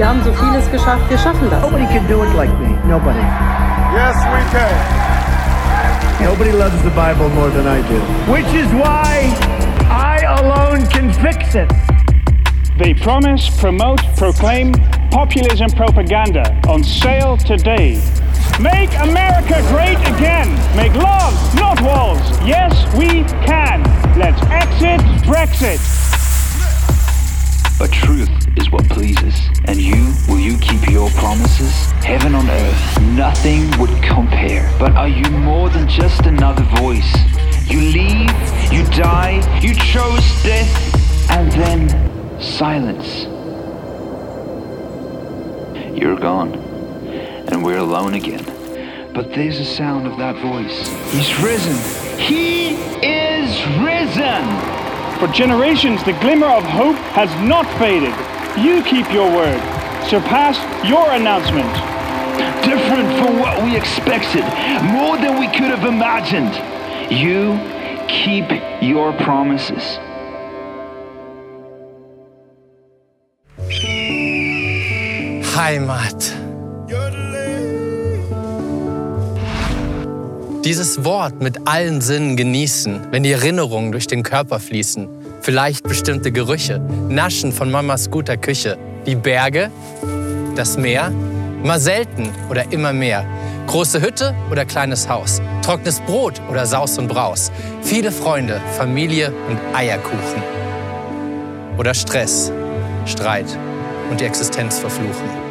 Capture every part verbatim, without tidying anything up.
haben so vieles geschafft, wir schaffen das. Nobody can do it like me. Nobody. Yes, we can. Nobody loves the Bible more than I do. Which is why I alone can fix it. They promise, promote, proclaim populism propaganda on sale today. Make America great again. Make love, not walls. Yes, we can. Let's exit Brexit. But truth is what pleases. And you, will you keep your promises? Heaven on earth, nothing would compare. But are you more than just another voice? You leave, you die, you chose death, and then silence. You're gone, and we're alone again. But there's a sound of that voice. He's risen. He is risen! For generations, the glimmer of hope has not faded. You keep your word. Surpass your announcement. Different from what we expected, more than we could have imagined. You keep your promises. Heimat. Dieses Wort mit allen Sinnen genießen, wenn die Erinnerungen durch den Körper fließen. Vielleicht bestimmte Gerüche, Naschen von Mamas guter Küche. Die Berge, das Meer, mal selten oder immer mehr. Große Hütte oder kleines Haus, trockenes Brot oder Saus und Braus. Viele Freunde, Familie und Eierkuchen. Oder Stress, Streit und die Existenz verfluchen.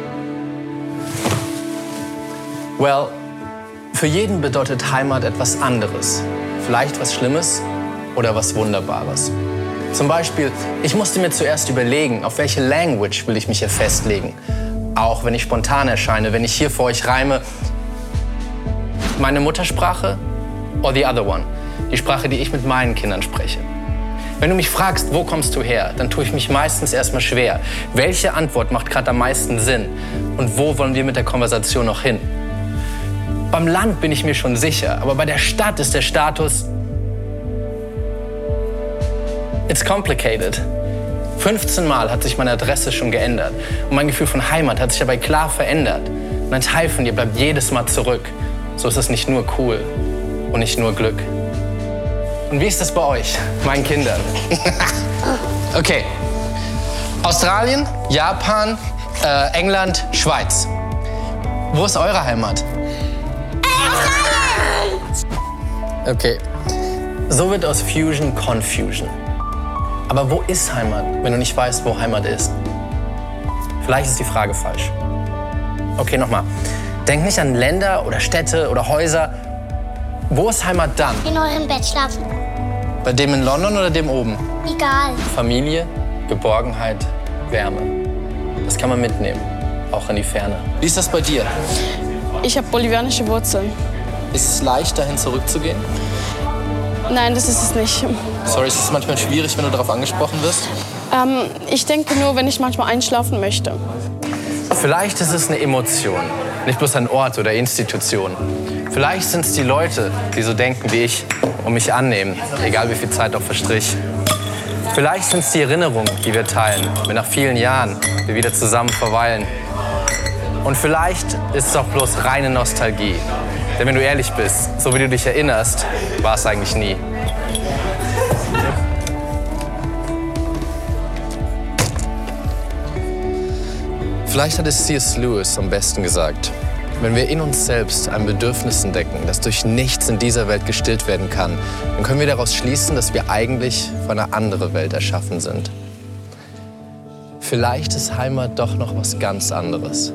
Well, für jeden bedeutet Heimat etwas anderes. Vielleicht was Schlimmes oder was Wunderbares. Zum Beispiel, ich musste mir zuerst überlegen, auf welche Language will ich mich hier festlegen. Auch wenn ich spontan erscheine, wenn ich hier vor euch reime. Meine Muttersprache or the other one? Die Sprache, die ich mit meinen Kindern spreche. Wenn du mich fragst, wo kommst du her, dann tue ich mich meistens erstmal schwer. Welche Antwort macht gerade am meisten Sinn? Und wo wollen wir mit der Konversation noch hin? Beim Land bin ich mir schon sicher, aber bei der Stadt ist der Status... It's complicated. fünfzehn Mal hat sich meine Adresse schon geändert. Und mein Gefühl von Heimat hat sich dabei klar verändert. Und ein Teil von dir bleibt jedes Mal zurück. So ist es nicht nur cool und nicht nur Glück. Und wie ist das bei euch, meinen Kindern? Okay. Australien, Japan, äh, England, Schweiz. Wo ist eure Heimat? Okay. So wird aus Fusion Confusion. Aber wo ist Heimat, wenn du nicht weißt, wo Heimat ist? Vielleicht ist die Frage falsch. Okay, nochmal. Denk nicht an Länder oder Städte oder Häuser. Wo ist Heimat dann? In eurem Bett schlafen. Bei dem in London oder dem oben? Egal. Familie, Geborgenheit, Wärme. Das kann man mitnehmen, auch in die Ferne. Wie ist das bei dir? Ich habe bolivianische Wurzeln. Ist es leicht, dahin zurückzugehen? Nein, das ist es nicht. Sorry, ist es manchmal schwierig, wenn du darauf angesprochen wirst? Ähm, ich denke nur, wenn ich manchmal einschlafen möchte. Vielleicht ist es eine Emotion, nicht bloß ein Ort oder Institution. Vielleicht sind es die Leute, die so denken wie ich und mich annehmen, egal wie viel Zeit auch verstrich. Vielleicht sind es die Erinnerungen, die wir teilen, wenn nach vielen Jahren wir wieder zusammen verweilen. Und vielleicht ist es auch bloß reine Nostalgie. Denn wenn du ehrlich bist, so wie du dich erinnerst, war es eigentlich nie. Vielleicht hat es C S Lewis am besten gesagt. Wenn wir in uns selbst ein Bedürfnis entdecken, das durch nichts in dieser Welt gestillt werden kann, dann können wir daraus schließen, dass wir eigentlich für eine andere Welt erschaffen sind. Vielleicht ist Heimat doch noch was ganz anderes.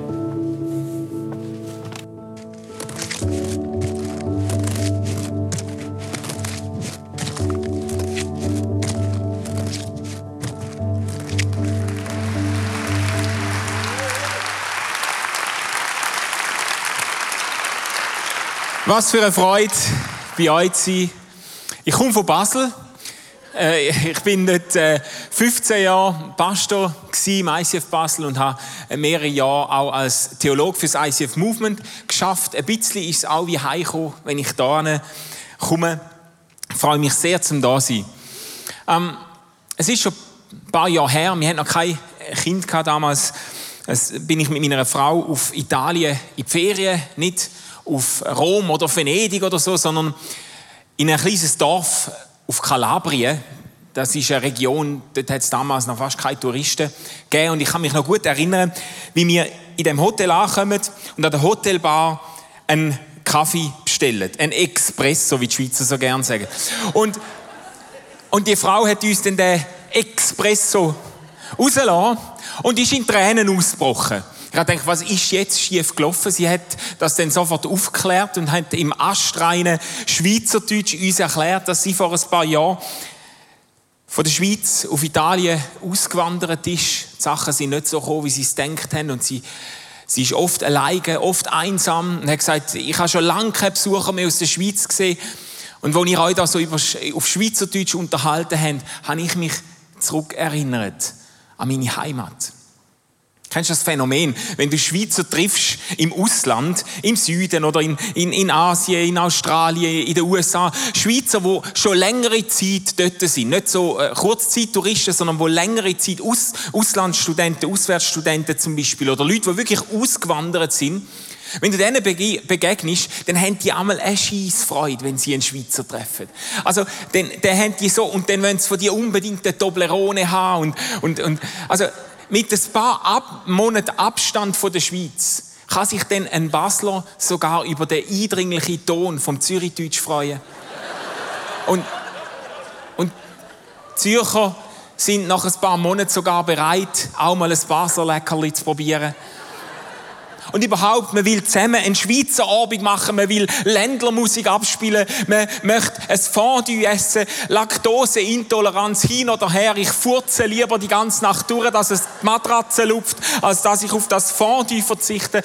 Was für eine Freude, bei euch zu sein. Ich komme von Basel. Ich bin dort fünfzehn Jahre Pastor im I C F Basel und habe mehrere Jahre auch als Theologe für das I C F Movement geschafft. Ein bisschen ist es auch wie heimgekommen, wenn ich hierher komme. Ich freue mich sehr, zum da zu sein. Ähm, es ist schon ein paar Jahre her, wir hatten noch kein Kind gehabt damals. Es bin ich mit meiner Frau auf Italien in die Ferien, nicht auf Rom oder Venedig oder so, sondern in ein kleines Dorf auf Kalabrien. Das ist eine Region, dort hat es damals noch fast keine Touristen gegeben. Und ich kann mich noch gut erinnern, wie wir in dem Hotel ankommen und an der Hotelbar einen Kaffee bestellen. Ein Espresso, wie die Schweizer so gerne sagen. Und, und die Frau hat uns dann den Espresso rausgelassen und ist in Tränen ausgebrochen. Ich habe gedacht, was ist jetzt schief gelaufen? Sie hat das dann sofort aufgeklärt und hat im astreinen Schweizerdeutsch uns erklärt, dass sie vor ein paar Jahren von der Schweiz auf Italien ausgewandert ist. Die Sachen sind nicht so gekommen, wie sie es gedacht haben. Und sie, sie ist oft alleine, oft einsam. Und hat gesagt, ich habe schon lange keine Besucher mehr aus der Schweiz gesehen. Und als ihr euch da so über, auf Schweizerdeutsch unterhalten habt, habe ich mich zurückerinnert an meine Heimat. Kennst du das Phänomen, wenn du Schweizer triffst im Ausland, im Süden oder in, in, in Asien, in Australien, in den U S A, Schweizer, die schon längere Zeit dort sind, nicht so äh, Kurzzeittouristen, sondern die längere Zeit Aus, Auslandsstudenten, Auswärtsstudenten zum Beispiel oder Leute, die wirklich ausgewandert sind, wenn du denen bege- begegnest, dann haben die einmal eine Scheissfreude, wenn sie einen Schweizer treffen. Also, dann, dann haben die so, und dann wollen sie von dir unbedingt eine Toblerone haben und, und, und also, mit ein paar Ab- Monaten Abstand von der Schweiz kann sich dann ein Basler sogar über den eindringlichen Ton vom Zürichdeutsch freuen. Und, und Zürcher sind nach ein paar Monaten sogar bereit, auch mal ein Basler-Leckerli zu probieren. Und überhaupt, man will zusammen einen Schweizer Abend machen, man will Ländlermusik abspielen, man möchte ein Fondue essen, Laktoseintoleranz hin oder her. Ich furze lieber die ganze Nacht durch, dass es die Matratze lupft, als dass ich auf das Fondue verzichte,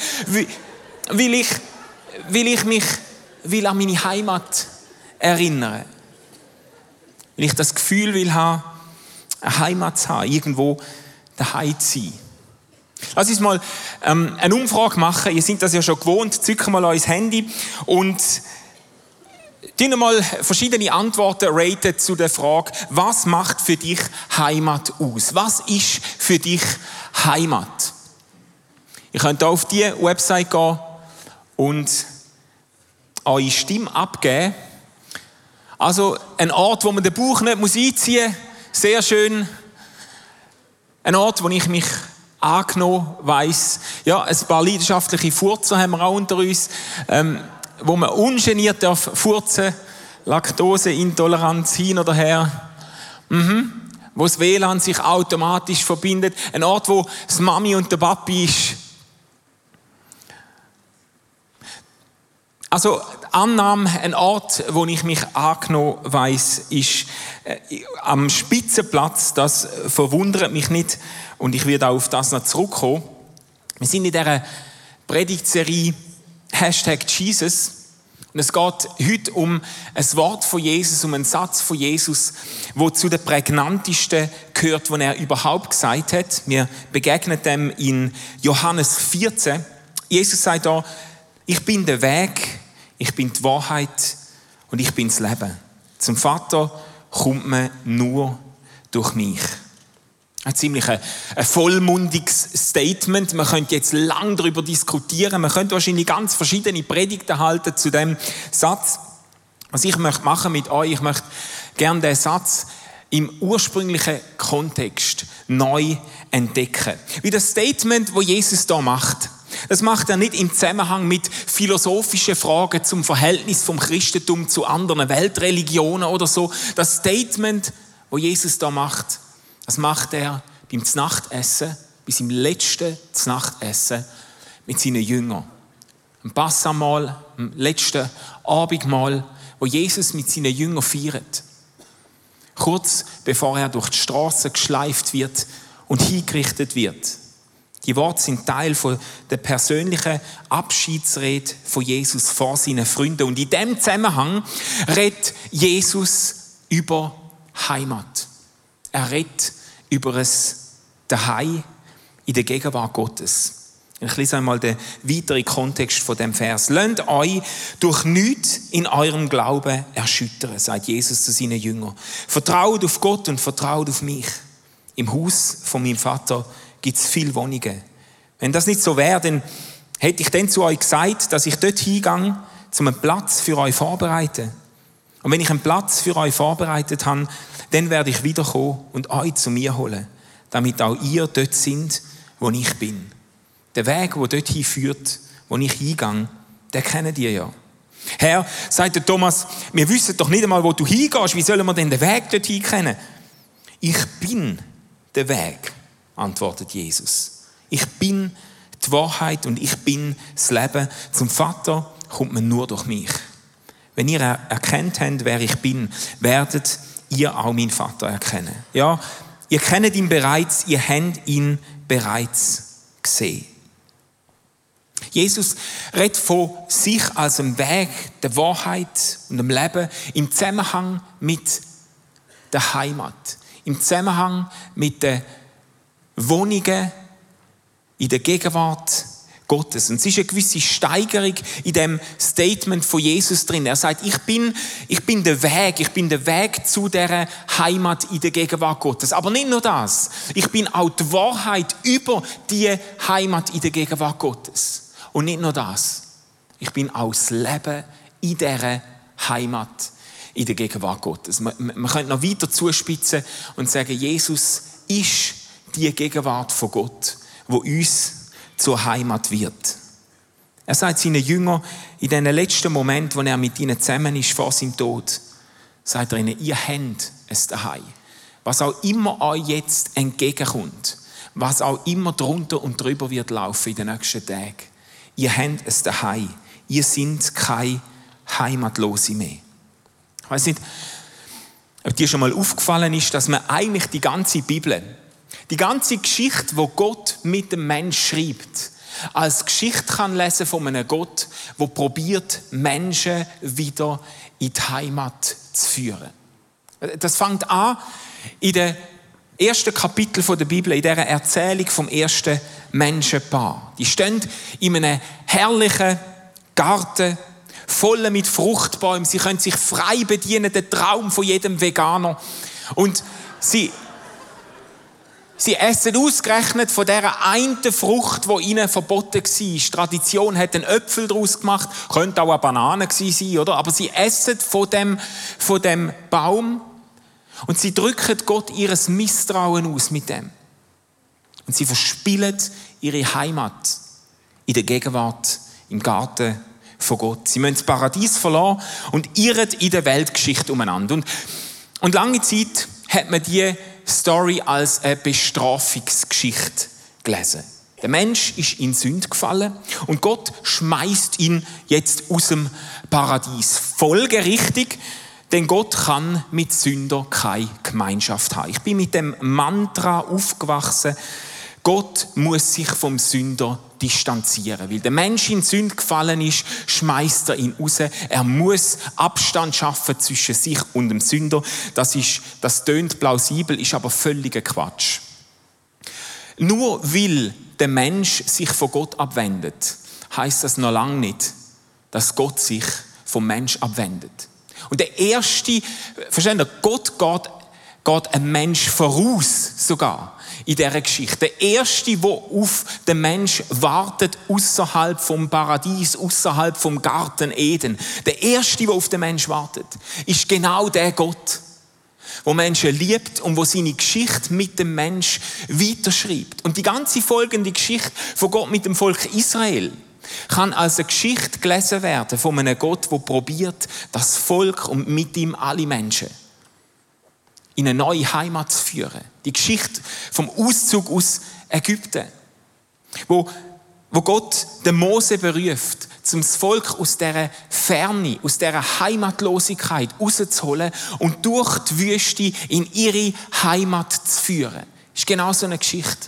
weil ich, weil ich mich will an meine Heimat erinnern. Weil ich das Gefühl will haben, eine Heimat zu haben, irgendwo daheim zu sein. Lass uns mal ähm, eine Umfrage machen. Ihr seid das ja schon gewohnt. Zücken mal euer Handy und tun mal verschiedene Antworten raten zu der Frage, was macht für dich Heimat aus? Was ist für dich Heimat? Ihr könnt auf die Website gehen und eure Stimme abgeben. Also ein Ort, wo man den Bauch nicht einziehen muss. Sehr schön. Ein Ort, wo ich mich angenommen weiss. Ja, ein paar leidenschaftliche Furzer haben wir auch unter uns, ähm, wo man ungeniert darf furzen, Laktoseintoleranz hin oder her, mhm. wo das W L A N sich automatisch verbindet, ein Ort, wo das Mami und der Papi ist. Also Annahme, ein Ort, wo ich mich angenommen weiss, ist äh, am Spitzenplatz. Das verwundert mich nicht und ich werde auch auf das noch zurückkommen. Wir sind in dieser Predigtserie Hashtag Jesus und es geht heute um ein Wort von Jesus, um einen Satz von Jesus, der zu den prägnantesten gehört, den er überhaupt gesagt hat. Wir begegnen dem in Johannes vierzehn. Jesus sagt da, ich bin der Weg, ich bin die Wahrheit und ich bin das Leben. Zum Vater kommt man nur durch mich. Ein ziemlich ein, ein vollmundiges Statement. Man könnte jetzt lang darüber diskutieren. Man könnte wahrscheinlich ganz verschiedene Predigten halten zu dem Satz. Was ich möchte machen mit euch, ich möchte gerne den Satz im ursprünglichen Kontext neu entdecken. Wie das Statement, das Jesus da macht, das macht er nicht im Zusammenhang mit philosophischen Fragen zum Verhältnis vom Christentum zu anderen Weltreligionen oder so. Das Statement, das Jesus da macht, das macht er beim Znachtessen, bei seinem letzten Znachtessen mit seinen Jüngern. Am Passamal, am letzten Abendmahl, wo Jesus mit seinen Jüngern feiert. Kurz bevor er durch die Straße geschleift wird und hingerichtet wird. Die Worte sind Teil von der persönlichen Abschiedsrede von Jesus vor seinen Freunden. Und in diesem Zusammenhang redet Jesus über Heimat. Er redet über ein Daheim in der Gegenwart Gottes. Ich lese einmal den weiteren Kontext von dem Vers. Lasst euch durch nichts in eurem Glauben erschüttern, sagt Jesus zu seinen Jüngern. Vertraut auf Gott und vertraut auf mich. Im Haus von meinem Vater gibt es viele Wohnungen. Wenn das nicht so wäre, dann hätte ich dann zu euch gesagt, dass ich dort hingehe, um einen Platz für euch vorbereiten. Und wenn ich einen Platz für euch vorbereitet habe, dann werde ich wiederkommen und euch zu mir holen, damit auch ihr dort sind, wo ich bin. Der Weg, der dorthin führt, wo ich hingehe, den kennt ihr ja. Herr, sagt der Thomas, wir wissen doch nicht einmal, wo du hingehst, wie sollen wir denn den Weg dorthin kennen? Ich bin der Weg, antwortet Jesus. Ich bin die Wahrheit und ich bin das Leben. Zum Vater kommt man nur durch mich. Wenn ihr erkannt habt, wer ich bin, werdet ihr auch meinen Vater erkennen. Ja, ihr kennt ihn bereits, ihr habt ihn bereits gesehen. Jesus redet von sich als dem Weg, der Wahrheit und dem Leben im Zusammenhang mit der Heimat, im Zusammenhang mit den Wohnungen in der Gegenwart Gottes. Und es ist eine gewisse Steigerung in dem Statement von Jesus drin. Er sagt, ich bin, ich bin der Weg, ich bin der Weg zu dieser Heimat in der Gegenwart Gottes. Aber nicht nur das, ich bin auch die Wahrheit über die Heimat in der Gegenwart Gottes. Und nicht nur das, ich bin auch das Leben in dieser Heimat in der Gegenwart Gottes. Man, man könnte noch weiter zuspitzen und sagen, Jesus ist die Gegenwart von Gott, wo uns zur Heimat wird. Er sagt seinen Jüngern in den letzten Moment, wo er mit ihnen zusammen ist vor seinem Tod, sagt er ihnen, ihr habt es daheim. Was auch immer euch jetzt entgegenkommt, was auch immer drunter und drüber wird laufen in den nächsten Tagen, ihr habt es daheim. Ihr seid keine Heimatlose mehr. Ich weiss nicht, ob dir schon mal aufgefallen ist, dass man eigentlich die ganze Bibel, die ganze Geschichte, die Gott mit dem Menschen schreibt, als Geschichte kann lesen von einem Gott, der probiert, Menschen wieder in die Heimat zu führen. Das fängt an in den ersten Kapitel der Bibel, in dieser Erzählung vom ersten Menschenpaar. Die stehen in einem herrlichen Garten, voll mit Fruchtbäumen. Sie können sich frei bedienen, der Traum von jedem Veganer. Und sie Sie essen ausgerechnet von dieser einen Frucht, die ihnen verboten war. Die Tradition hat einen Äpfel daraus gemacht, könnte auch eine Banane sein, oder? Aber sie essen von dem, von dem Baum und sie drücken Gott ihres Misstrauen aus mit dem. Und sie verspielen ihre Heimat in der Gegenwart, im Garten von Gott. Sie müssen das Paradies verlassen und irren in der Weltgeschichte umeinander. Und, und lange Zeit hat man die Story als eine Bestrafungsgeschichte gelesen. Der Mensch ist in Sünde gefallen und Gott schmeißt ihn jetzt aus dem Paradies. Folgerichtig, denn Gott kann mit Sünder keine Gemeinschaft haben. Ich bin mit dem Mantra aufgewachsen, Gott muss sich vom Sünder distanzieren. Weil der Mensch in Sünde gefallen ist, schmeißt er ihn raus. Er muss Abstand schaffen zwischen sich und dem Sünder. Das ist, das tönt plausibel, ist aber völliger Quatsch. Nur weil der Mensch sich von Gott abwendet, heisst das noch lange nicht, dass Gott sich vom Mensch abwendet. Und der erste, verstehen Sie, Gott geht, geht ein Mensch voraus sogar in dieser Geschichte. Der Erste, der auf den Mensch wartet, außerhalb vom Paradies, außerhalb vom Garten Eden. Der Erste, der auf den Mensch wartet, ist genau der Gott, der Menschen liebt und der seine Geschichte mit dem Mensch weiterschreibt. Und die ganze folgende Geschichte von Gott mit dem Volk Israel kann als eine Geschichte gelesen werden von einem Gott, der probiert, das Volk und mit ihm alle Menschen in eine neue Heimat zu führen. Die Geschichte vom Auszug aus Ägypten, wo, wo Gott den Mose beruft, um das Volk aus dieser Ferne, aus dieser Heimatlosigkeit rauszuholen und durch die Wüste in ihre Heimat zu führen. Das ist genau so eine Geschichte.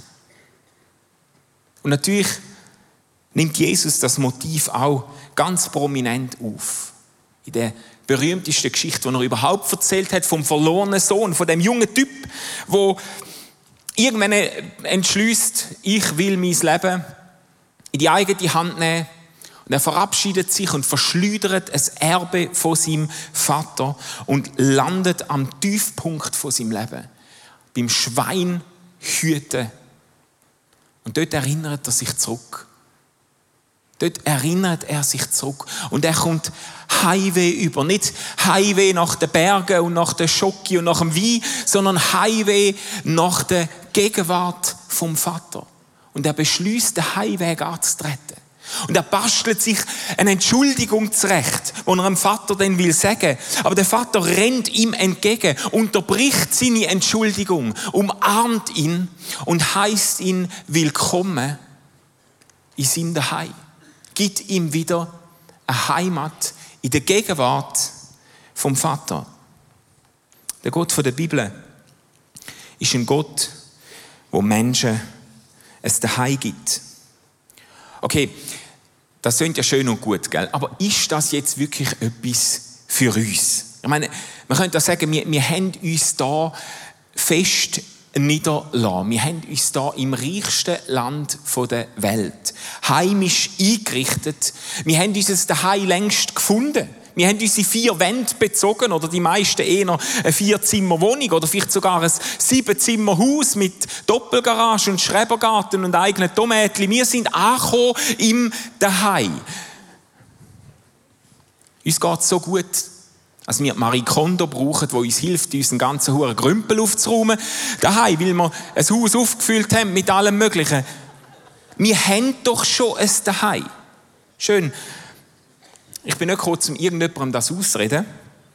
Und natürlich nimmt Jesus das Motiv auch ganz prominent auf. In der berühmteste Geschichte, die er überhaupt erzählt hat, vom verlorenen Sohn, von dem jungen Typ, der irgendwann entschließt, ich will mein Leben in die eigene Hand nehmen. Und er verabschiedet sich und verschleudert ein Erbe von seinem Vater und landet am Tiefpunkt von seinem Leben. Beim Schwein hüten Und dort erinnert er sich zurück. Dort erinnert er sich zurück. Und er kommt Heimweh über. Nicht Heimweh nach den Bergen und nach der Schoki und nach dem Wein, sondern Heimweh nach der Gegenwart vom Vater. Und er beschließt, den Heimweg anzutreten. Und er bastelt sich eine Entschuldigung zurecht, die er dem Vater dann will sagen. Aber der Vater rennt ihm entgegen, unterbricht seine Entschuldigung, umarmt ihn und heisst ihn willkommen in seinem Daheim. Gibt ihm wieder eine Heimat in der Gegenwart vom Vater. Der Gott der Bibel ist ein Gott, wo Menschen es Daheim gibt. Okay, das klingt ja schön und gut, gell? Aber ist das jetzt wirklich etwas für uns? Ich meine, man könnte sagen, wir, wir haben uns da fest niederlassen. Wir haben uns da im reichsten Land der Welt heimisch eingerichtet. Wir haben uns daheim längst gefunden. Wir haben unsere vier Wände bezogen, oder die meisten eher eine Vier-Zimmer-Wohnung oder vielleicht sogar ein Sieben-Zimmer-Haus mit Doppelgarage und Schrebergarten und eigenen Tomätchen. Wir sind angekommen im Daheim. Uns geht es so gut, als wir Marie Kondo brauchen, die uns hilft, unseren ganzen hohen Grümpel aufzuräumen. Daheim, weil wir ein Haus aufgefüllt haben mit allem Möglichen. Wir haben doch schon ein Daheim. Schön. Ich bin nicht kurz, um irgendjemandem das auszureden.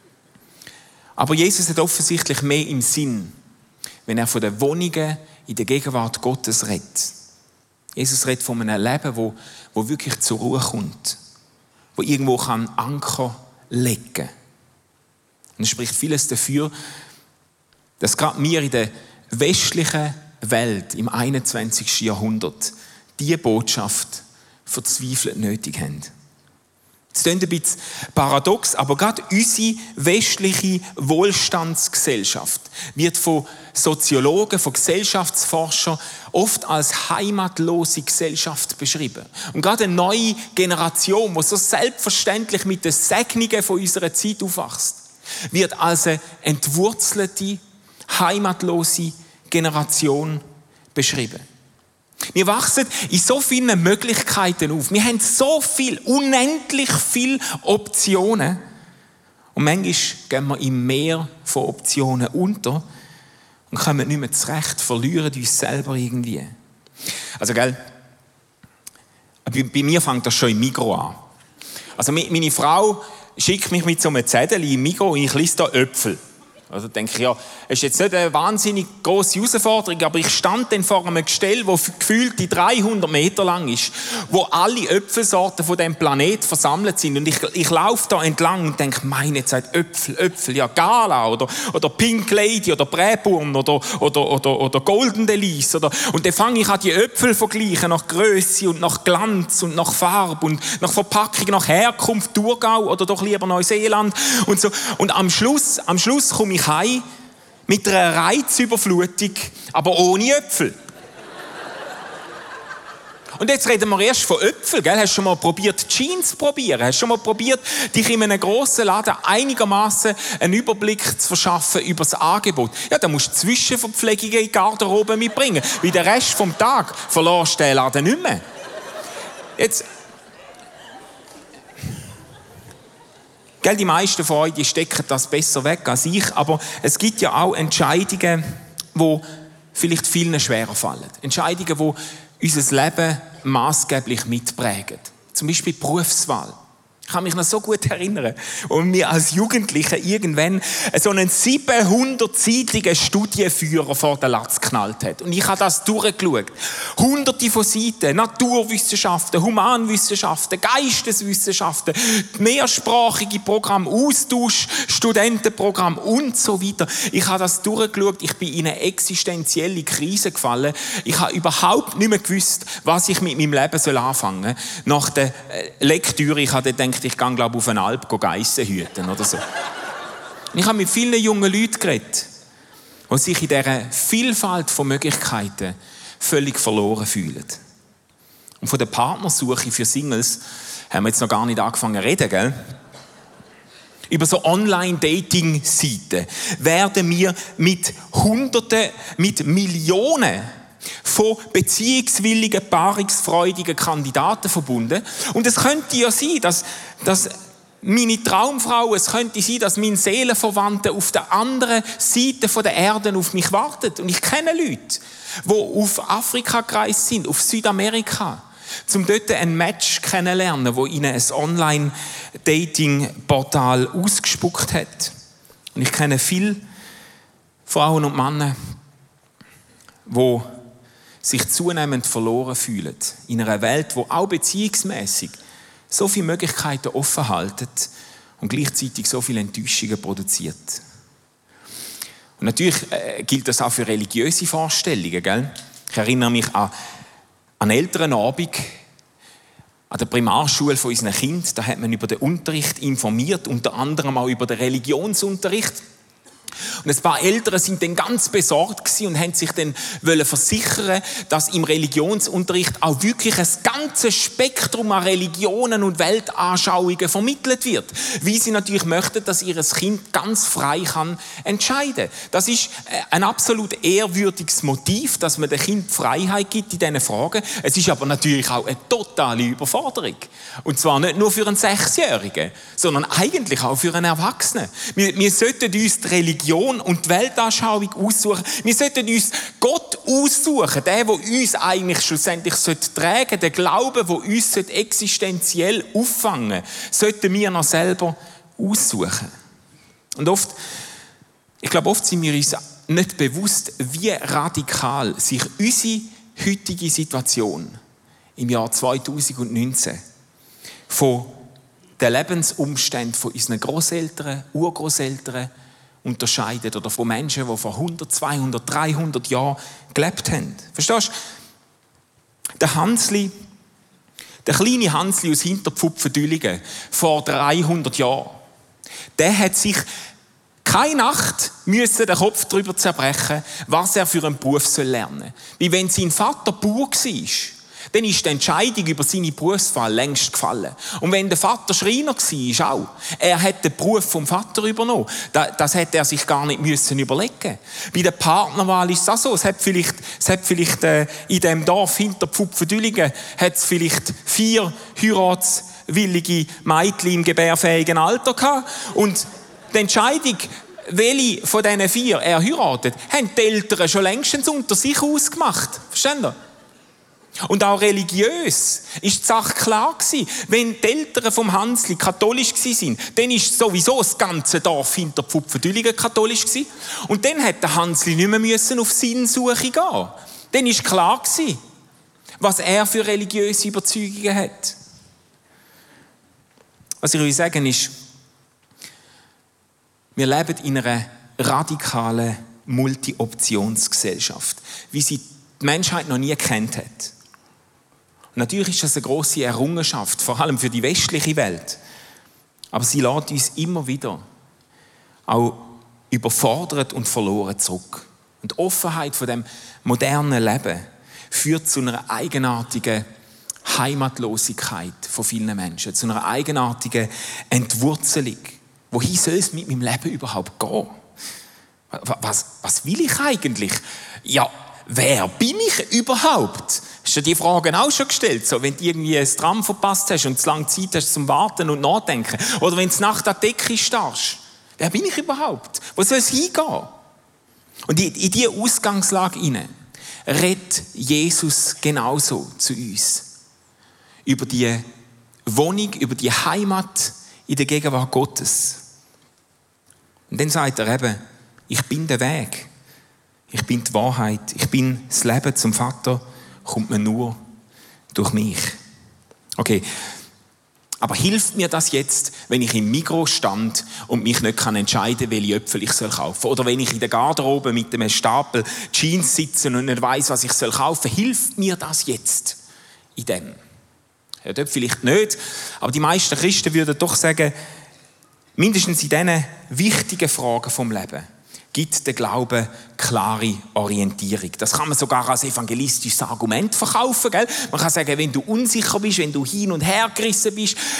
Aber Jesus hat offensichtlich mehr im Sinn, wenn er von den Wohnungen in der Gegenwart Gottes redet. Jesus redet von einem Leben, wo, wo wirklich zur Ruhe kommt. Wo irgendwo kann Anker legen kann. Und es spricht vieles dafür, dass gerade wir in der westlichen Welt im einundzwanzigsten Jahrhundert diese Botschaft verzweifelt nötig haben. Es klingt ein bisschen paradox, aber gerade unsere westliche Wohlstandsgesellschaft wird von Soziologen, von Gesellschaftsforschern oft als heimatlose Gesellschaft beschrieben. Und gerade eine neue Generation, die so selbstverständlich mit den Segnungen von unserer Zeit aufwächst, wird als eine entwurzelte, heimatlose Generation beschrieben. Wir wachsen in so vielen Möglichkeiten auf. Wir haben so viel, unendlich viele Optionen. Und manchmal gehen wir im Meer von Optionen unter und kommen nicht mehr zurecht, verlieren uns selber irgendwie. Also, gell, bei, bei mir fängt das schon im Migros an. Also, meine Frau schickt mich mit so einem Zettel im Migros und ich lese da Äpfel. Also denke ich, ja, es ist jetzt nicht eine wahnsinnig grosse Herausforderung, aber ich stand dann vor einem Gestell, das gefühlt die dreihundert Meter lang ist, wo alle Äpfelsorten von diesem Planet versammelt sind. Und ich, ich laufe da entlang und denke, meine Zeit, Äpfel, Äpfel, ja, Gala oder, oder Pink Lady oder Präburn oder, oder, oder, oder Golden Delice. Oder, und dann fange ich an, die Äpfel vergleichen nach Grösse und nach Glanz und nach Farbe und nach Verpackung, nach Herkunft, Thurgau oder doch lieber Neuseeland und so. Und am Schluss, am Schluss komme ich heim mit einer Reizüberflutung, aber ohne Äpfel. Und jetzt reden wir erst von Äpfeln, gell? Hast du schon mal probiert, Jeans zu probieren? Hast du schon mal probiert, dich in einem grossen Laden einigermaßen einen Überblick zu verschaffen über das Angebot? Ja, da musst du Zwischenverpflegungen in die Garderobe mitbringen, weil den Rest vom Tag verlässt du den Laden nicht mehr. Jetzt, gell, die meisten von euch die stecken das besser weg als ich, aber es gibt ja auch Entscheidungen, die vielleicht vielen schwerer fallen. Entscheidungen, die unser Leben maßgeblich mitprägen. Zum Beispiel die Berufswahl. Ich kann mich noch so gut erinnern, und mir als Jugendliche irgendwann so einen siebenhundertseitigen Studienführer vor den Latz geknallt hat. Und ich habe das durchgeschaut. Hunderte von Seiten, Naturwissenschaften, Humanwissenschaften, Geisteswissenschaften, mehrsprachige Programme, Austausch, Studentenprogramm und so weiter. Ich habe das durchgeschaut. Ich bin in eine existenzielle Krise gefallen. Ich habe überhaupt nicht mehr gewusst, was ich mit meinem Leben anfangen soll. Nach der Lektüre, ich habe gedacht, ich gehe, glaube ich, auf eine Alp Geissen hüten oder so. Ich habe mit vielen jungen Leuten geredet, die sich in dieser Vielfalt von Möglichkeiten völlig verloren fühlen. Und von der Partnersuche für Singles haben wir jetzt noch gar nicht angefangen zu reden, gell? Über so Online-Dating-Seiten werden wir mit Hunderten, mit Millionen von beziehungswilligen, paarungsfreudigen Kandidaten verbunden. Und es könnte ja sein, dass, dass meine Traumfrau, es könnte sein, dass mein Seelenverwandter auf der anderen Seite der Erde auf mich wartet. Und ich kenne Leute, die auf Afrika gereist sind, auf Südamerika, um dort ein Match kennenzulernen, wo ihnen ein Online-Dating-Portal ausgespuckt hat. Und ich kenne viele Frauen und Männer, die sich zunehmend verloren fühlen in einer Welt, die auch beziehungsmässig so viele Möglichkeiten offen halten und gleichzeitig so viele Enttäuschungen produziert. Und natürlich äh, gilt das auch für religiöse Vorstellungen. Gell? Ich erinnere mich an einen älteren Abend an der Primarschule von unseren Kindern. Da hat man über den Unterricht informiert, unter anderem auch über den Religionsunterricht. Und ein paar Eltern sind dann ganz besorgt gewesen und haben sich dann wollen versichern, dass im Religionsunterricht auch wirklich ein ganzes Spektrum an Religionen und Weltanschauungen vermittelt wird. Wie sie natürlich möchten, dass ihr Kind ganz frei kann entscheiden. Das ist ein absolut ehrwürdiges Motiv, dass man dem Kind Freiheit gibt in diesen Fragen. Es ist aber natürlich auch eine totale Überforderung. Und zwar nicht nur für einen Sechsjährigen, sondern eigentlich auch für einen Erwachsenen. Wir, wir sollten uns die Religion und die Weltanschauung aussuchen. Wir sollten uns Gott aussuchen, der, der uns eigentlich schlussendlich tragen sollte, der Glaube, der uns existenziell auffangen sollte, sollten wir noch selber aussuchen. Und oft, ich glaube, oft sind wir uns nicht bewusst, wie radikal sich unsere heutige Situation im Jahr zweitausendneunzehn von den Lebensumständen von unseren Grosseltern, Urgroßeltern unterscheidet oder von Menschen, die vor hundert, zweihundert, dreihundert Jahren gelebt haben. Verstehst du? Der Hansli, der kleine Hansli aus Hinterpfupfendüllingen vor dreihundert Jahren, der hat sich keine Nacht müssen den Kopf darüber zerbrechen, was er für einen Beruf lernen soll. Wie wenn sein Vater Bauer war, dann ist die Entscheidung über seine Berufswahl längst gefallen. Und wenn der Vater Schreiner war, auch. Er hat den Beruf vom Vater übernommen. Das hätte er sich gar nicht müssen überlegen. Bei der Partnerwahl ist es auch so. Es hat vielleicht, es hat vielleicht äh, in dem Dorf hinter Pfupfendüllingen hat es vielleicht vier heiratswillige Mädchen im gebärfähigen Alter gehabt. Und die Entscheidung, welche von diesen vier er heiratet, haben die Eltern schon längstens unter sich ausgemacht. Verstehen Sie? Und auch religiös ist die Sache klar gewesen. Wenn die Eltern vom Hansli katholisch waren, dann ist sowieso das ganze Dorf hinter Pfupfendüllingen katholisch gewesen. Und dann hätte der Hansli nicht mehr müssen auf Sinnsuche gehen. Dann ist klar gewesen, was er für religiöse Überzeugungen hat. Was ich will sagen ist, wir leben in einer radikalen Multi-Optionsgesellschaft, wie sie die Menschheit noch nie gekannt hat. Und natürlich ist das eine grosse Errungenschaft, vor allem für die westliche Welt. Aber sie lässt uns immer wieder auch überfordert und verloren zurück. Und die Offenheit von dem modernen Leben führt zu einer eigenartigen Heimatlosigkeit von vielen Menschen, zu einer eigenartigen Entwurzelung. Wohin soll es mit meinem Leben überhaupt gehen? Was, was will ich eigentlich? Ja, wer bin ich überhaupt? Hast du dir die Fragen auch schon gestellt? So, wenn du irgendwie ein Tram verpasst hast und zu lange Zeit hast zum Warten und Nachdenken. Oder wenn du nachts an der Decke starrst. Wer bin ich überhaupt? Wo soll es hingehen? Und in diese Ausgangslage hinein redet Jesus genauso zu uns. Über die Wohnung, über die Heimat in der Gegenwart Gottes. Und dann sagt er eben, ich bin der Weg. Ich bin die Wahrheit. Ich bin das Leben. Zum Vater kommt man nur durch mich. Okay. Aber hilft mir das jetzt, wenn ich im Migros stand und mich nicht entscheiden kann, welche Äpfel ich kaufen soll? Oder wenn ich in der Garderobe mit einem Stapel Jeans sitze und nicht weiss, was ich kaufen soll? Hilft mir das jetzt in dem? Ja, dort vielleicht nicht. Aber die meisten Christen würden doch sagen, mindestens in diesen wichtigen Fragen vom Leben gibt der Glaube klare Orientierung. Das kann man sogar als evangelistisches Argument verkaufen. Gell? Man kann sagen, wenn du unsicher bist, wenn du hin und her gerissen bist,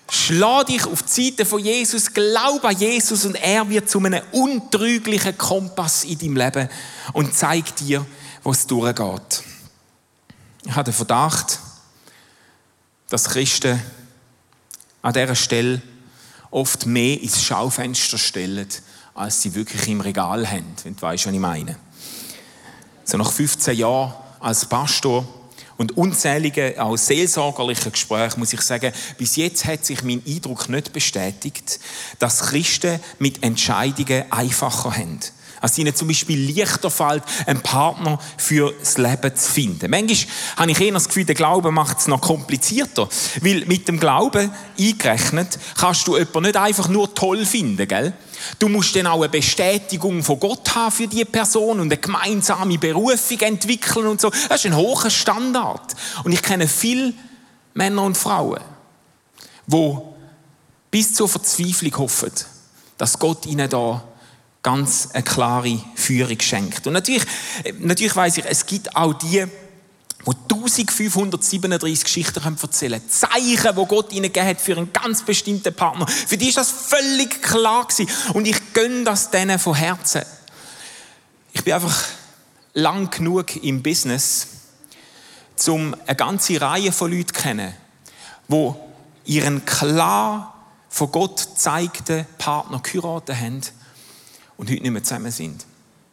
Schlag dich auf die Seite von Jesus, glaub an Jesus und er wird zu einem untrüglichen Kompass in deinem Leben und zeigt dir, wo es durchgeht. Ich habe den Verdacht, dass Christen an dieser Stelle oft mehr ins Schaufenster stellen, als sie wirklich im Regal haben, wenn du weißt, was ich meine. So nach fünfzehn Jahren als Pastor und unzählige, auch seelsorgerliche Gespräche, muss ich sagen, bis jetzt hat sich mein Eindruck nicht bestätigt, dass Christen mit Entscheidungen einfacher haben. Als ihnen zum Beispiel leichter fällt, einen Partner für das Leben zu finden. Manchmal habe ich eher das Gefühl, der Glaube macht es noch komplizierter. Weil mit dem Glauben eingerechnet kannst du jemanden nicht einfach nur toll finden, gell? Du musst dann auch eine Bestätigung von Gott haben für diese Person und eine gemeinsame Berufung entwickeln und so. Das ist ein hoher Standard. Und ich kenne viele Männer und Frauen, die bis zur Verzweiflung hoffen, dass Gott ihnen da ganz eine klare Führung schenkt. Und natürlich, natürlich weiss ich, es gibt auch die, die eintausendfünfhundertsiebenunddreißig Geschichten erzählen können. Zeichen, die Gott ihnen gegeben hat für einen ganz bestimmten Partner. Für die ist das völlig klar gewesen. Und ich gönne das denen von Herzen. Ich bin einfach lang genug im Business, um eine ganze Reihe von Leuten zu kennen, die ihren klar von Gott gezeigten Partner geheiratet haben und heute nicht mehr zusammen sind.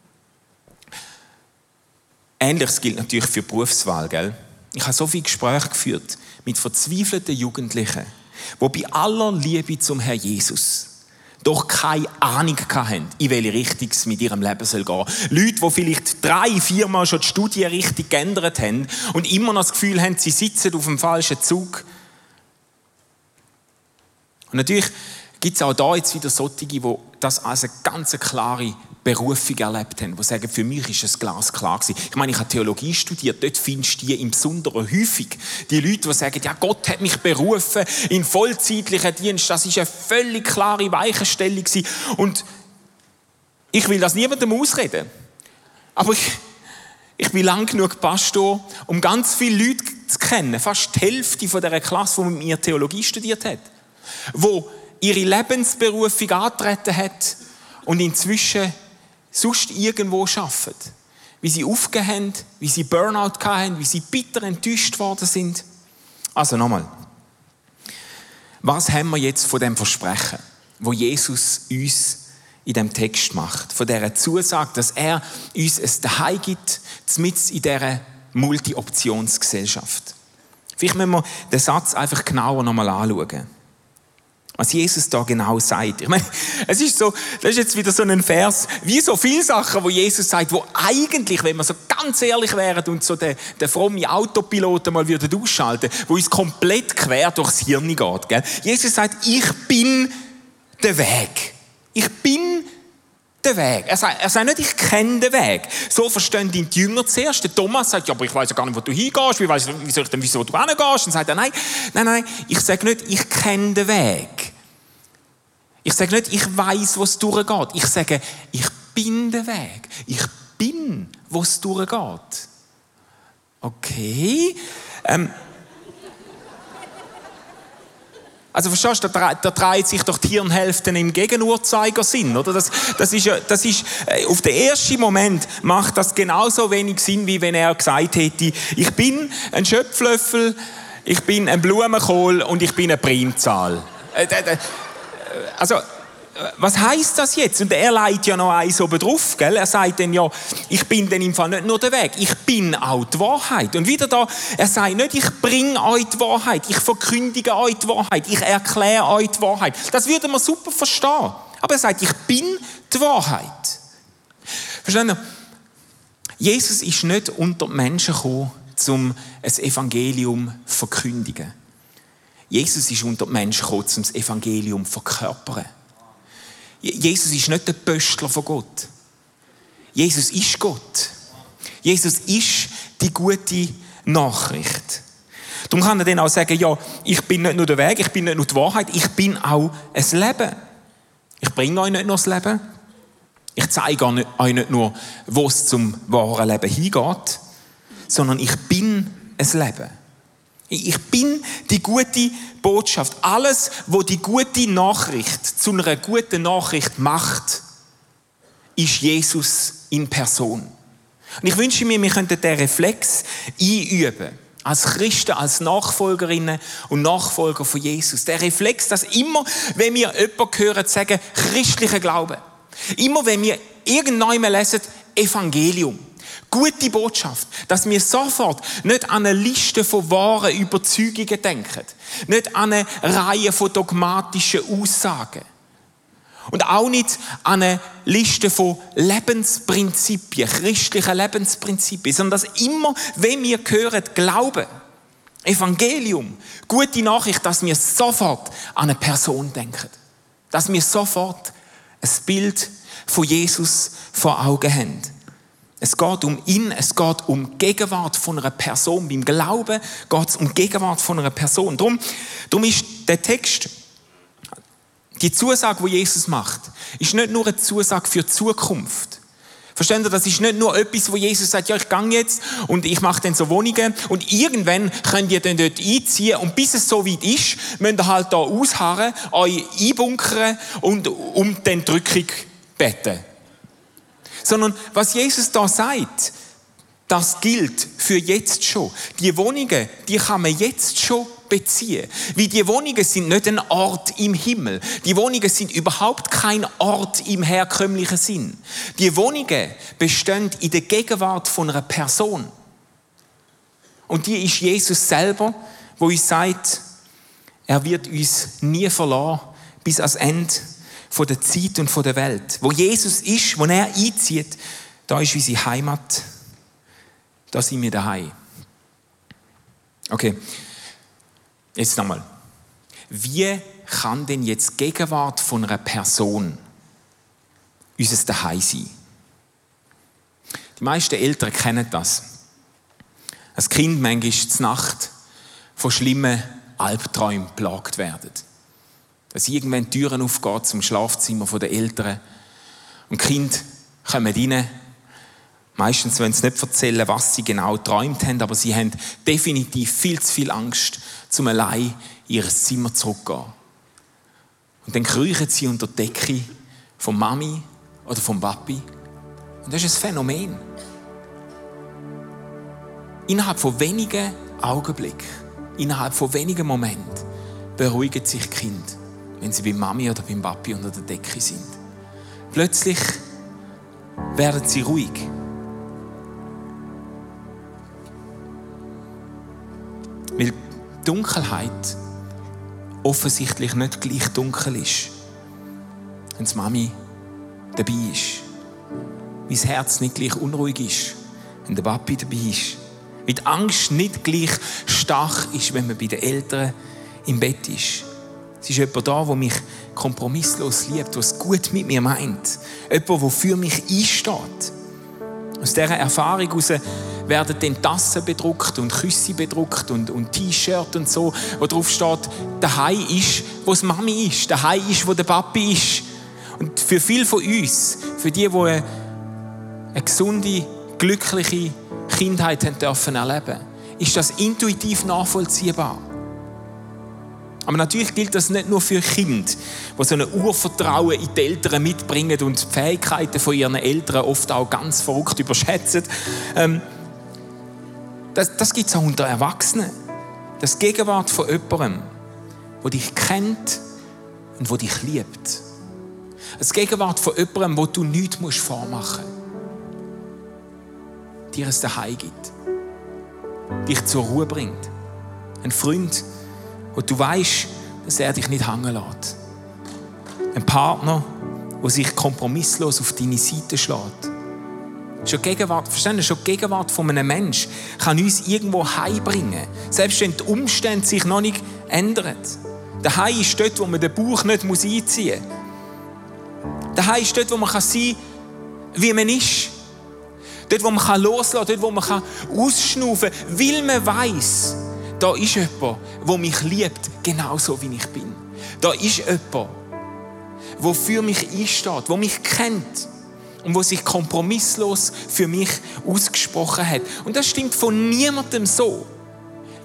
Ähnliches gilt natürlich für die Berufswahl, gell? Ich habe so viele Gespräche geführt mit verzweifelten Jugendlichen, die bei aller Liebe zum Herrn Jesus doch keine Ahnung hatten, in welche Richtung es mit ihrem Leben gehen soll. Leute, die vielleicht drei, viermal schon die Studienrichtung geändert haben und immer noch das Gefühl haben, sie sitzen auf dem falschen Zug. Und natürlich gibt es auch da jetzt wieder solche, die das als eine ganz klare Berufung erlebt haben, die sagen, für mich ist es glasklar gewesen. Ich meine, ich habe Theologie studiert, dort findest du die im Besonderen häufig. Die Leute, die sagen, ja, Gott hat mich berufen in vollzeitlichen Dienst, das ist eine völlig klare Weichenstellung gewesen. Und ich will das niemandem ausreden. Aber ich, ich bin lang genug Pastor, um ganz viele Leute zu kennen, fast die Hälfte von dieser Klasse, die mit mir Theologie studiert hat, wo ihre Lebensberufung angetreten hat und inzwischen sonst irgendwo arbeiten. Wie sie aufgegeben haben, wie sie Burnout hatten, wie sie bitter enttäuscht worden sind. Also nochmal. Was haben wir jetzt von dem Versprechen, wo Jesus uns in dem Text macht? Von dieser Zusage, dass er uns ein Zuhause gibt, mitten in dieser Multi-Optionsgesellschaft. Vielleicht müssen wir den Satz einfach genauer nochmal anschauen. Was Jesus da genau sagt. Ich meine, es ist so, das ist jetzt wieder so ein Vers, wie so viele Sachen, wo Jesus sagt, wo eigentlich, wenn wir so ganz ehrlich wären und so den, den frommen Autopiloten mal würden ausschalten, wo uns komplett quer durchs Hirn geht. Gell? Jesus sagt, ich bin der Weg. Ich bin der Weg. Er sagt, er sagt nicht, ich kenne den Weg. So verstehen ihn die Jünger zuerst. Der Thomas sagt, ja, aber ich weiß ja gar nicht, wo du hingehst. Wie, weiss, wie soll ich denn wissen, wo du hingehst? Und sagt er, nein, nein, nein, ich sage nicht, ich kenne den Weg. Ich sage nicht, ich weiß, wo es durchgeht. Ich sage, ich bin der Weg. Ich bin, wo es durchgeht. Okay. Ähm. Also verstehst du, da, da dreht sich doch die Hirnhälfte im Gegenuhrzeigersinn, oder? Das, das ist ja, das ist, auf den ersten Moment macht das genauso wenig Sinn, wie wenn er gesagt hätte, ich bin ein Schöpflöffel, ich bin ein Blumenkohl und ich bin eine Primzahl. Also, was heisst das jetzt? Und er leitet ja noch eins oben drauf, gell? Er sagt dann ja, ich bin dann im Fall nicht nur der Weg, ich bin auch die Wahrheit. Und wieder da, er sagt nicht, ich bringe euch die Wahrheit, ich verkündige euch die Wahrheit, ich erkläre euch die Wahrheit. Das würde man super verstehen. Aber er sagt, ich bin die Wahrheit. Verstehen Sie? Jesus ist nicht unter die Menschen gekommen, um ein Evangelium zu verkündigen. Jesus ist unter die Menschen gekommen, um das Evangelium zu verkörpern. Jesus ist nicht der Pöstler von Gott. Jesus ist Gott. Jesus ist die gute Nachricht. Darum kann er dann auch sagen, ja, ich bin nicht nur der Weg, ich bin nicht nur die Wahrheit, ich bin auch ein Leben. Ich bringe euch nicht nur das Leben. Ich zeige euch nicht nur, wo es zum wahren Leben hingeht, sondern ich bin ein Leben. Ich bin die gute Botschaft. Alles, was die gute Nachricht zu einer guten Nachricht macht, ist Jesus in Person. Und ich wünsche mir, wir könnten diesen Reflex einüben. Als Christen, als Nachfolgerinnen und Nachfolger von Jesus. Der Reflex, dass immer, wenn wir jemanden hören, sagen, christlicher Glaube. Immer, wenn wir irgendwann lesen, Evangelium. Gute Botschaft, dass wir sofort nicht an eine Liste von wahren Überzeugungen denken. Nicht an eine Reihe von dogmatischen Aussagen. Und auch nicht an eine Liste von Lebensprinzipien, christlichen Lebensprinzipien, sondern dass immer, wenn wir hören, Glauben, Evangelium, gute Nachricht, dass wir sofort an eine Person denken. Dass wir sofort ein Bild von Jesus vor Augen haben. Es geht um ihn, es geht um die Gegenwart von einer Person. Beim Glauben geht es um die Gegenwart von einer Person. Darum, darum ist der Text, die Zusage, die Jesus macht, ist nicht nur eine Zusage für die Zukunft. Versteht ihr, das ist nicht nur etwas, wo Jesus sagt, ja, ich gehe jetzt und ich mache dann so Wohnungen und irgendwann könnt ihr dann dort einziehen und bis es so weit ist, müsst ihr halt da ausharren, euch einbunkern und um die Entrückung beten. Sondern was Jesus da sagt, das gilt für jetzt schon. Die Wohnungen, die kann man jetzt schon beziehen. Weil die Wohnungen sind nicht ein Ort im Himmel. Die Wohnungen sind überhaupt kein Ort im herkömmlichen Sinn. Die Wohnungen bestehen in der Gegenwart von einer Person. Und die ist Jesus selber, wo uns sagt, er wird uns nie verlassen bis ans Ende der Zeit und der Welt. Wo Jesus ist, wo er einzieht, da ist unsere Heimat. Da sind wir daheim. Okay, jetzt nochmal. Wie kann denn jetzt die Gegenwart von einer Person unser Daheim sein? Die meisten Eltern kennen das. Als Kind manchmal zur Nacht von schlimmen Albträumen geplagt werden. Dass irgendwann die Türen aufgehen zum Schlafzimmer der Eltern und die Kinder kommen rein. Meistens wollen sie nicht erzählen, was sie genau geträumt haben, aber sie haben definitiv viel zu viel Angst, zum allein in ihr Zimmer zurückzugehen. Und dann kriechen sie unter die Decke von Mami oder vom Papi. Und das ist ein Phänomen. Innerhalb von wenigen Augenblicken, innerhalb von wenigen Momenten beruhigen sich die Kinder, wenn sie bei Mami oder beim Papi unter der Decke sind. Plötzlich werden sie ruhig. Weil die Dunkelheit offensichtlich nicht gleich dunkel ist, wenn die Mami dabei ist. Weil das Herz nicht gleich unruhig ist, wenn der Papi dabei ist. Weil die Angst nicht gleich stark ist, wenn man bei den Eltern im Bett ist. Es ist jemand da, der mich kompromisslos liebt, der es gut mit mir meint. Jemand, der für mich einsteht. Aus dieser Erfahrung heraus werden dann Tassen bedruckt und Küsse bedruckt und, und T-Shirt und so, wo drauf steht, daheim ist, wo das Mami ist, daheim ist, wo der Papi ist. Und für viele von uns, für die, die eine, eine gesunde, glückliche Kindheit haben dürfen erleben, ist das intuitiv nachvollziehbar. Aber natürlich gilt das nicht nur für Kinder, die so ein Urvertrauen in die Eltern mitbringen und die Fähigkeiten von ihren Eltern oft auch ganz verrückt überschätzen. Ähm, das das gibt es auch unter Erwachsenen. Das Gegenwart von jemandem, der dich kennt und der dich liebt. Das Gegenwart von jemandem, wo du nichts vormachen musst. Dir ein Zuhause gibt. Dich zur Ruhe bringt. Ein Freund, wo du weißt, dass er dich nicht hängen lässt. Ein Partner, der sich kompromisslos auf deine Seite schlägt. Schon die Gegenwart, verstehen Sie, schon die Gegenwart von einem Menschen kann uns irgendwo heimbringen. Selbst wenn die Umstände sich noch nicht ändern. Der Heim ist dort, wo man den Bauch nicht einziehen muss. Der Heim ist dort, wo man sein kann, wie man ist. Dort, wo man loslassen kann, dort, wo man ausschnaufen kann, weil man weiss, da ist jemand, der mich liebt, genauso wie ich bin. Da ist jemand, der für mich einsteht, der mich kennt und der sich kompromisslos für mich ausgesprochen hat. Und das stimmt von niemandem so,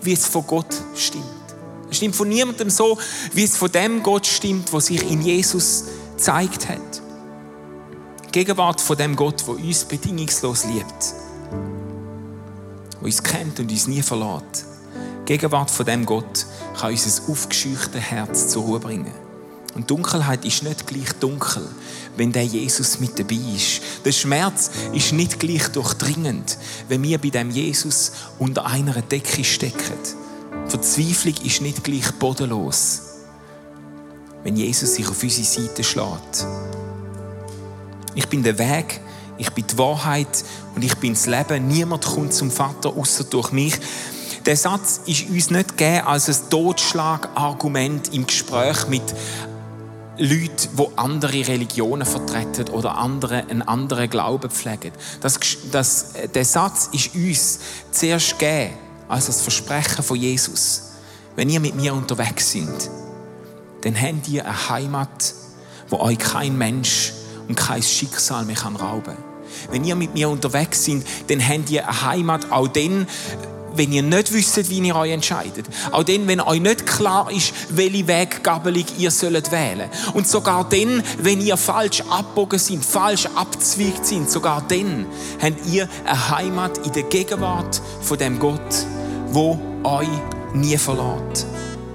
wie es von Gott stimmt. Es stimmt von niemandem so, wie es von dem Gott stimmt, der sich in Jesus gezeigt hat. Die Gegenwart von dem Gott, der uns bedingungslos liebt, der uns kennt und uns nie verlässt. Die Gegenwart von dem Gott kann unser aufgescheuchtes Herz zur Ruhe bringen. Und Dunkelheit ist nicht gleich dunkel, wenn der Jesus mit dabei ist. Der Schmerz ist nicht gleich durchdringend, wenn wir bei dem Jesus unter einer Decke stecken. Verzweiflung ist nicht gleich bodenlos, wenn Jesus sich auf unsere Seite schlägt. Ich bin der Weg, ich bin die Wahrheit und ich bin das Leben. Niemand kommt zum Vater, außer durch mich. Der Satz ist uns nicht gegeben als ein Totschlagargument im Gespräch mit Leute, die andere Religionen vertreten oder andere, einen anderen Glauben pflegen. Das, das, der Satz ist uns zuerst gegeben als das Versprechen von Jesus. Wenn ihr mit mir unterwegs seid, dann habt ihr eine Heimat, wo euch kein Mensch und kein Schicksal mehr rauben kann. Wenn ihr mit mir unterwegs seid, dann habt ihr eine Heimat, auch dann, wenn ihr nicht wisst, wie ihr euch entscheidet. Auch dann, wenn euch nicht klar ist, welche Weggabelung ihr sollt wählen. Und sogar dann, wenn ihr falsch abgebogen seid, falsch abgezweigt seid, sogar dann habt ihr eine Heimat in der Gegenwart von dem Gott, wo euch nie verlässt.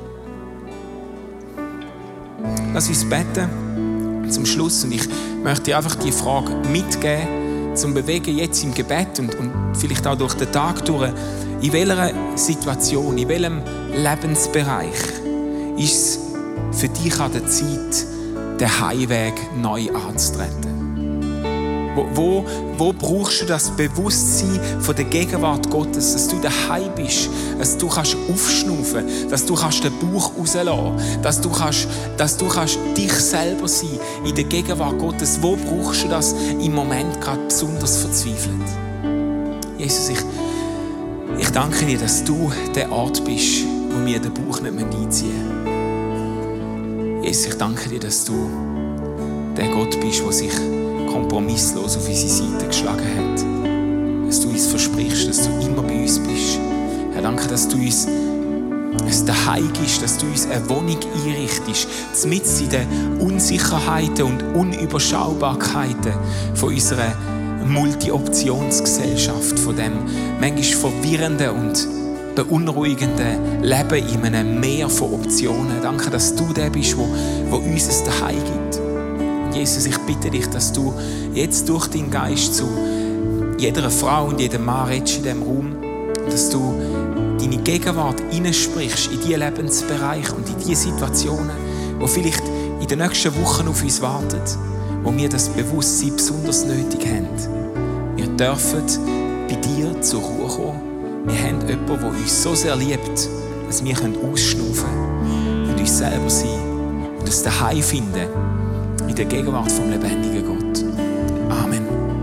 Lass uns beten zum Schluss. Und ich möchte einfach die Frage mitgeben, zum Bewegen jetzt im Gebet und, und vielleicht auch durch den Tag durch. In welcher Situation, in welchem Lebensbereich ist es für dich an der Zeit, den Heimweg neu anzutreten? Wo, wo, wo brauchst du das Bewusstsein von der Gegenwart Gottes, dass du daheim bist, dass du kannst aufschnaufen, dass du kannst den Bauch rauslassen, dass du kannst, dass du kannst dich selber sein in der Gegenwart Gottes. Wo brauchst du das im Moment gerade besonders verzweifelt? Jesus, ich Ich danke dir, dass du der Ort bist, wo wir den Bauch nicht einziehen müssen. Jesus, ich danke dir, dass du der Gott bist, der sich kompromisslos auf unsere Seite geschlagen hat. Dass du uns versprichst, dass du immer bei uns bist. Herr, danke, dass du uns ein Daheim gibst, dass du uns eine Wohnung einrichtest, mitten in den Unsicherheiten und Unüberschaubarkeiten von unserer Multi-Optionsgesellschaft, von dem manchmal verwirrenden und beunruhigenden Leben in einem Meer von Optionen. Danke, dass du der bist, wo, wo uns ein Zuhause gibt. Und Jesus, ich bitte dich, dass du jetzt durch deinen Geist zu jeder Frau und jedem Mann redest in diesem Raum, dass du deine Gegenwart hineinsprichst in diese Lebensbereiche und in diese Situationen, die vielleicht in den nächsten Wochen auf uns warten, wo wir das Bewusstsein besonders nötig haben. Wir dürfen bei dir zur Ruhe kommen. Wir haben jemanden, der uns so sehr liebt, dass wir ausschnaufen können und uns selber sein und das Daheim finden in der Gegenwart vom lebendigen Gott. Amen.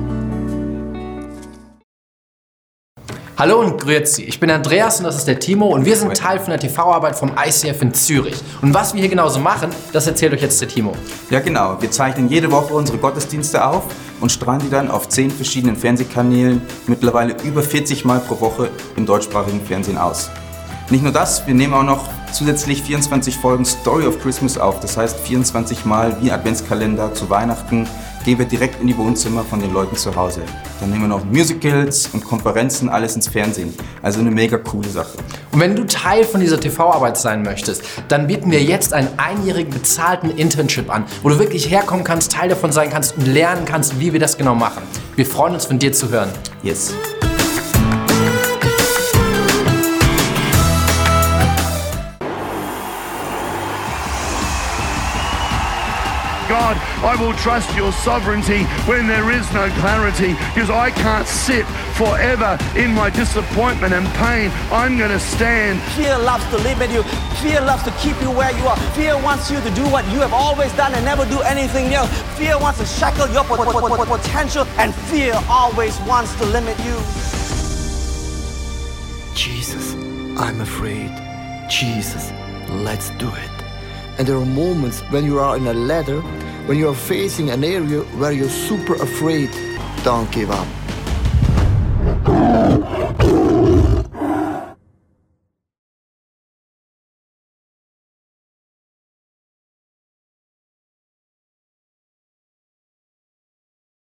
Hallo und grüezi, ich bin Andreas und das ist der Timo und wir sind Teil von der T V-Arbeit vom I C F in Zürich. Und was wir hier genauso machen, das erzählt euch jetzt der Timo. Ja genau, wir zeichnen jede Woche unsere Gottesdienste auf und strahlen die dann auf zehn verschiedenen Fernsehkanälen mittlerweile über vierzig Mal pro Woche im deutschsprachigen Fernsehen aus. Nicht nur das, wir nehmen auch noch zusätzlich vierundzwanzig Folgen Story of Christmas auf, das heißt vierundzwanzig Mal wie Adventskalender zu Weihnachten gehen wir direkt in die Wohnzimmer von den Leuten zu Hause. Dann nehmen wir noch Musicals und Konferenzen, alles ins Fernsehen. Also eine mega coole Sache. Und wenn du Teil von dieser T V-Arbeit sein möchtest, dann bieten wir jetzt einen einjährigen bezahlten Internship an, wo du wirklich herkommen kannst, Teil davon sein kannst und lernen kannst, wie wir das genau machen. Wir freuen uns, von dir zu hören. Yes. God, I will trust your sovereignty when there is no clarity, because I can't sit forever in my disappointment and pain. I'm going to stand. Fear loves to limit you. Fear loves to keep you where you are. Fear wants you to do what you have always done and never do anything else. Fear wants to shackle your potential, and fear always wants to limit you. Jesus, I'm afraid. Jesus, let's do it. And there are moments when you are in a ladder, when you are facing an area where you're super afraid. Don't give up.